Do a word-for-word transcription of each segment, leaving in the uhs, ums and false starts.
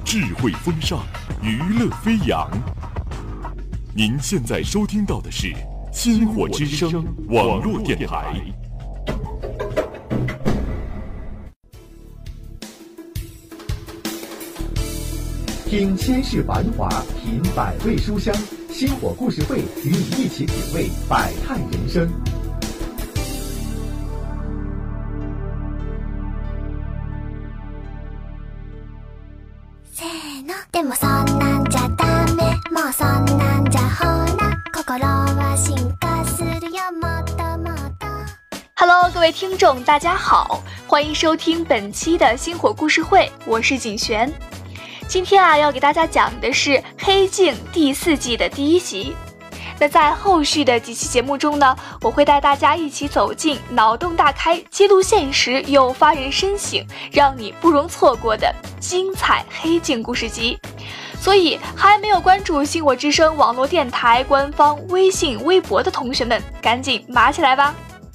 智慧风尚，娱乐飞扬。您现在收听到的是星火之声网络电台。 听千世繁华，品百味书香。星火故事会与你一起品味百态人生。 でもそんなんじゃダメもうそんなんじゃほら心は進化するよもっともっと。 Hello， 各位听众，大家好，欢迎收听本期的星火故事会，我是景璇。今天啊，要给大家讲的是《黑镜》第四季的第一集。那在后续的几期节目中呢，我会带大家一起走进脑洞大开、揭露现实又发人深省，让你不容错过的精彩黑镜故事集。所以还没有关注星火之声网络电台官方微信微博的同学们，赶紧码起来吧。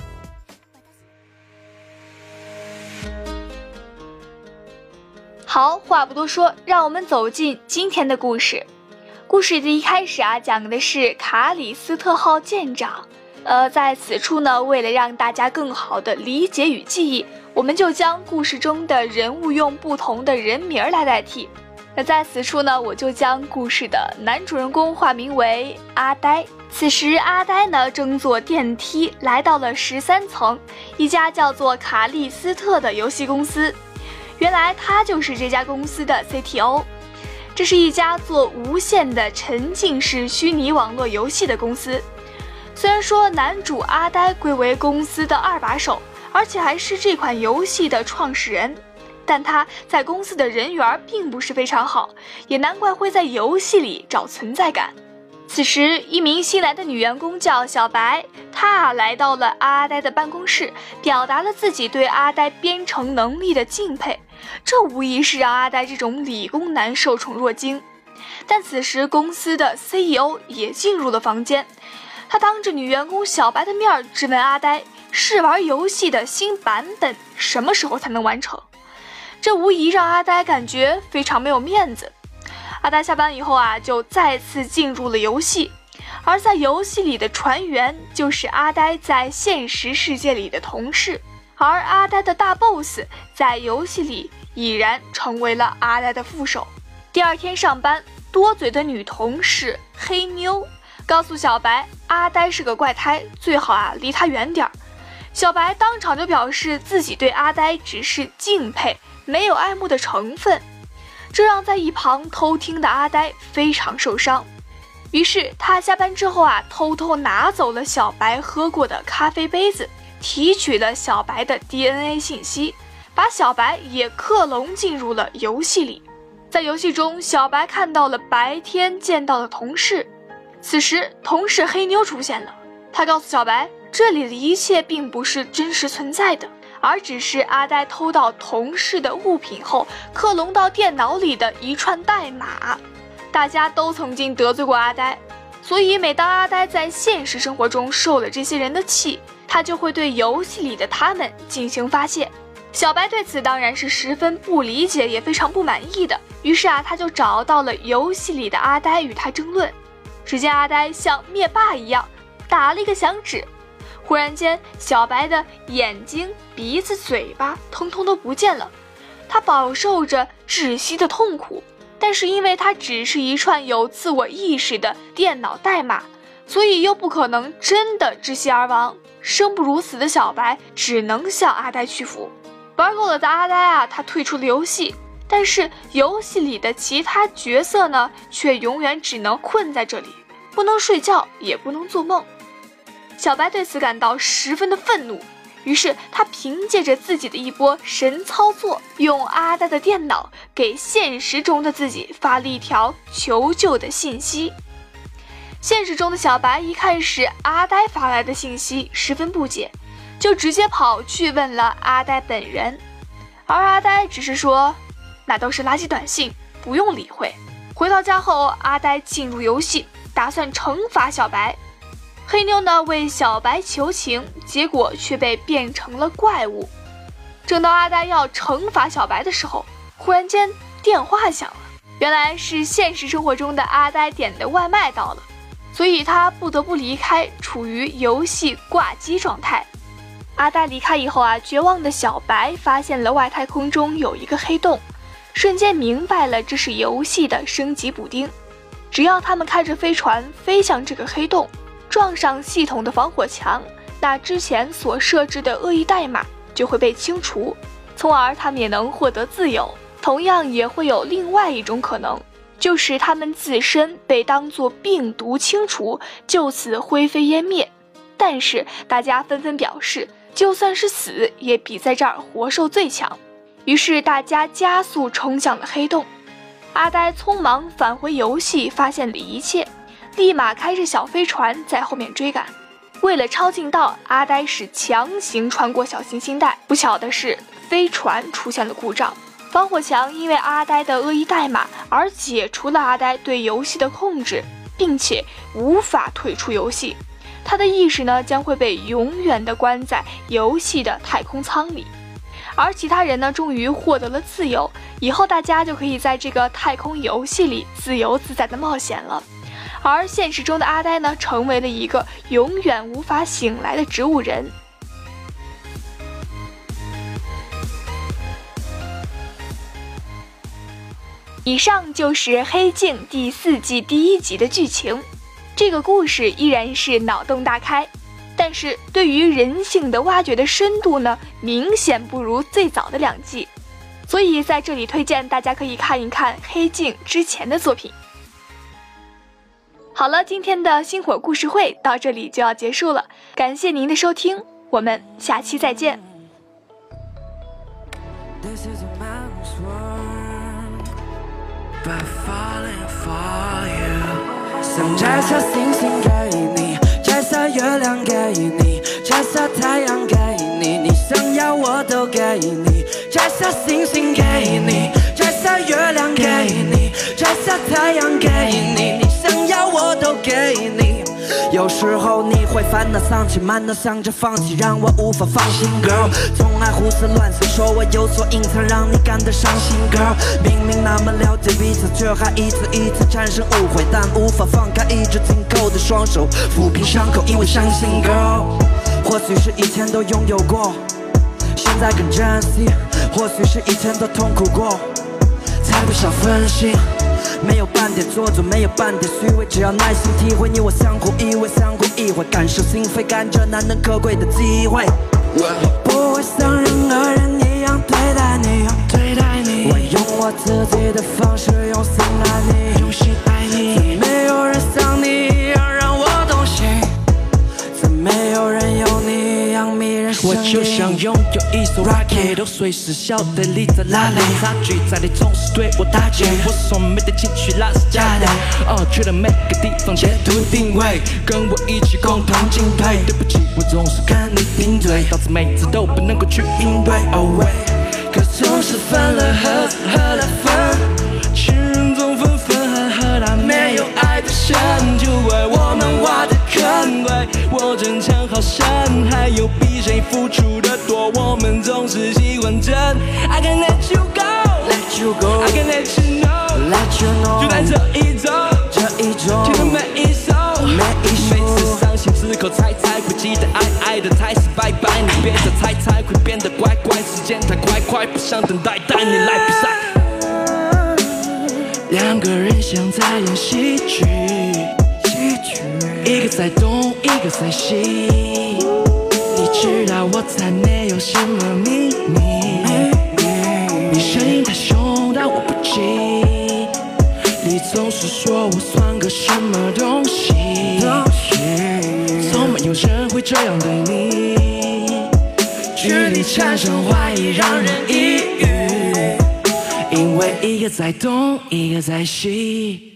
好，话不多说，让我们走进今天的故事。故事的一开始啊，讲的是卡里斯特号舰长。呃，在此处呢，为了让大家更好的理解与记忆，我们就将故事中的人物用不同的人名来代替。那在此处呢，我就将故事的男主人公化名为阿呆。此时阿呆呢，正坐电梯来到了十三层，一家叫做卡利斯特的游戏公司。原来他就是这家公司的 C T O。这是一家做无限的沉浸式虚拟网络游戏的公司。虽然说男主阿呆归为公司的二把手，而且还是这款游戏的创始人，但他在公司的人缘并不是非常好，也难怪会在游戏里找存在感。此时一名新来的女员工叫小白，她来到了阿呆的办公室，表达了自己对阿呆编程能力的敬佩。这无疑是让阿呆这种理工男受宠若惊。但此时公司的 C E O 也进入了房间，他当着女员工小白的面质问阿呆，试玩游戏的新版本什么时候才能完成。这无疑让阿呆感觉非常没有面子。阿呆下班以后啊，就再次进入了游戏，而在游戏里的船员就是阿呆在现实世界里的同事，而阿呆的大 boss 在游戏里已然成为了阿呆的副手。第二天上班，多嘴的女同事黑妞告诉小白，阿呆是个怪胎，最好啊离他远点儿。小白当场就表示自己对阿呆只是敬佩，没有爱慕的成分。这让在一旁偷听的阿呆非常受伤，于是他下班之后啊，偷偷拿走了小白喝过的咖啡杯子，提取了小白的 D N A 信息，把小白也克隆进入了游戏里。在游戏中，小白看到了白天见到的同事，此时同事黑妞出现了，他告诉小白，这里的一切并不是真实存在的，而只是阿呆偷到同事的物品后克隆到电脑里的一串代码。大家都曾经得罪过阿呆，所以每当阿呆在现实生活中受了这些人的气，他就会对游戏里的他们进行发泄。小白对此当然是十分不理解，也非常不满意的，于是啊，他就找到了游戏里的阿呆与他争论。只见阿呆像灭霸一样打了一个响指，忽然间小白的眼睛、鼻子、嘴巴通通都不见了，他饱受着窒息的痛苦。但是因为它只是一串有自我意识的电脑代码，所以又不可能真的窒息而亡。生不如死的小白只能向阿呆屈服。玩够了的阿呆啊，他退出了游戏，但是游戏里的其他角色呢，却永远只能困在这里，不能睡觉，也不能做梦。小白对此感到十分的愤怒，于是他凭借着自己的一波神操作，用阿呆的电脑给现实中的自己发了一条求救的信息。现实中的小白一看是阿呆发来的信息，十分不解，就直接跑去问了阿呆本人，而阿呆只是说那都是垃圾短信，不用理会。回到家后，阿呆进入游戏，打算惩罚小白。黑妞呢为小白求情，结果却被变成了怪物。正当阿呆要惩罚小白的时候，忽然间电话响了， 原来是现实生活中的阿呆点的外卖到了，所以他不得不离开，处于游戏挂机状态。阿呆离开以后啊，绝望的小白发现了外太空中有一个黑洞，瞬间明白了这是游戏的升级补丁。只要他们开着飞船飞向这个黑洞，撞上系统的防火墙，那之前所设置的恶意代码就会被清除，从而他们也能获得自由。同样也会有另外一种可能，就是他们自身被当作病毒清除，就此灰飞烟灭。但是大家纷纷表示，就算是死也比在这儿活受罪强。于是大家加速冲向了黑洞。阿呆匆忙返回游戏，发现了一切，立马开着小飞船在后面追赶。为了超近道，阿呆是强行穿过小行星带。不巧的是，飞船出现了故障，防火墙因为阿呆的恶意代码而解除了阿呆对游戏的控制，并且无法退出游戏。他的意识呢将会被永远的关在游戏的太空舱里。而其他人呢，终于获得了自由，以后大家就可以在这个太空游戏里自由自在的冒险了。而现实中的阿呆呢，成为了一个永远无法醒来的植物人。以上就是《黑镜》第四季第一集的剧情。这个故事依然是脑洞大开，但是对于人性的挖掘的深度呢，明显不如最早的两季。所以在这里推荐大家可以看一看《黑镜》之前的作品。好了，今天的星火故事会到这里就要结束了，感谢您的收听，我们下期再见。 想摘下星星给你，摘下月亮给你，摘下太阳给你，你想要我都给你。摘下星星给你，摘下月亮给你，摘下太阳给你，你想要我都给你。有时候你会烦恼丧气，满脑想着放弃，让我无法放心 girl， 总爱胡思乱想，说我有所隐藏，让你感到伤心 girl。 明明那么了解彼此，却还一次一次产生误会，但无法放开一直紧扣的双手，抚平伤口，因为伤心 girl。 或许是以前都拥有过，现在更珍惜，或许是以前都痛苦过，才不想分心。没有半点做作，没有半点虚伪，只要耐心体会，你我相互依偎，相互意会，感受心扉，感觉难能可贵的机会。不会像任何人一样对待你，对待你。我用我自己的方式，用心爱你，用心爱你。没有人像你一样让我动心，再没有人有你一样迷人。我就想拥有一艘 rocket， 都随时晓得你在哪里。差距在你总是对我打击，我所没的情绪那是假的。哦，去了每个地方截图定位，跟我一起共同进退。对不起，我总是跟你顶嘴，导致每次都不能够去应对。Oh wait， 可总是分了合，合了分，情人总分分合合，那没有爱的深，就为我们挖的坑。对，我争强好胜，还有比谁付出的多，我们总是喜欢争。I can let you go，let you go，I can let you know，let you know， 就在这一周，这一周，听的每一首，每一首，每次伤心之后才才会记得爱爱的才是拜拜，你别再猜才会变得乖乖，时间太快快，不想等待，带你来比赛。两个人像在演戏剧，戏剧，一个在东，一个在西。你知道我在内有什么秘密？你声音太凶，但我不急。你总是说我算个什么东西？从没有人会这样对你，距离产生怀疑，让人抑郁。因为一个在东，一个在西。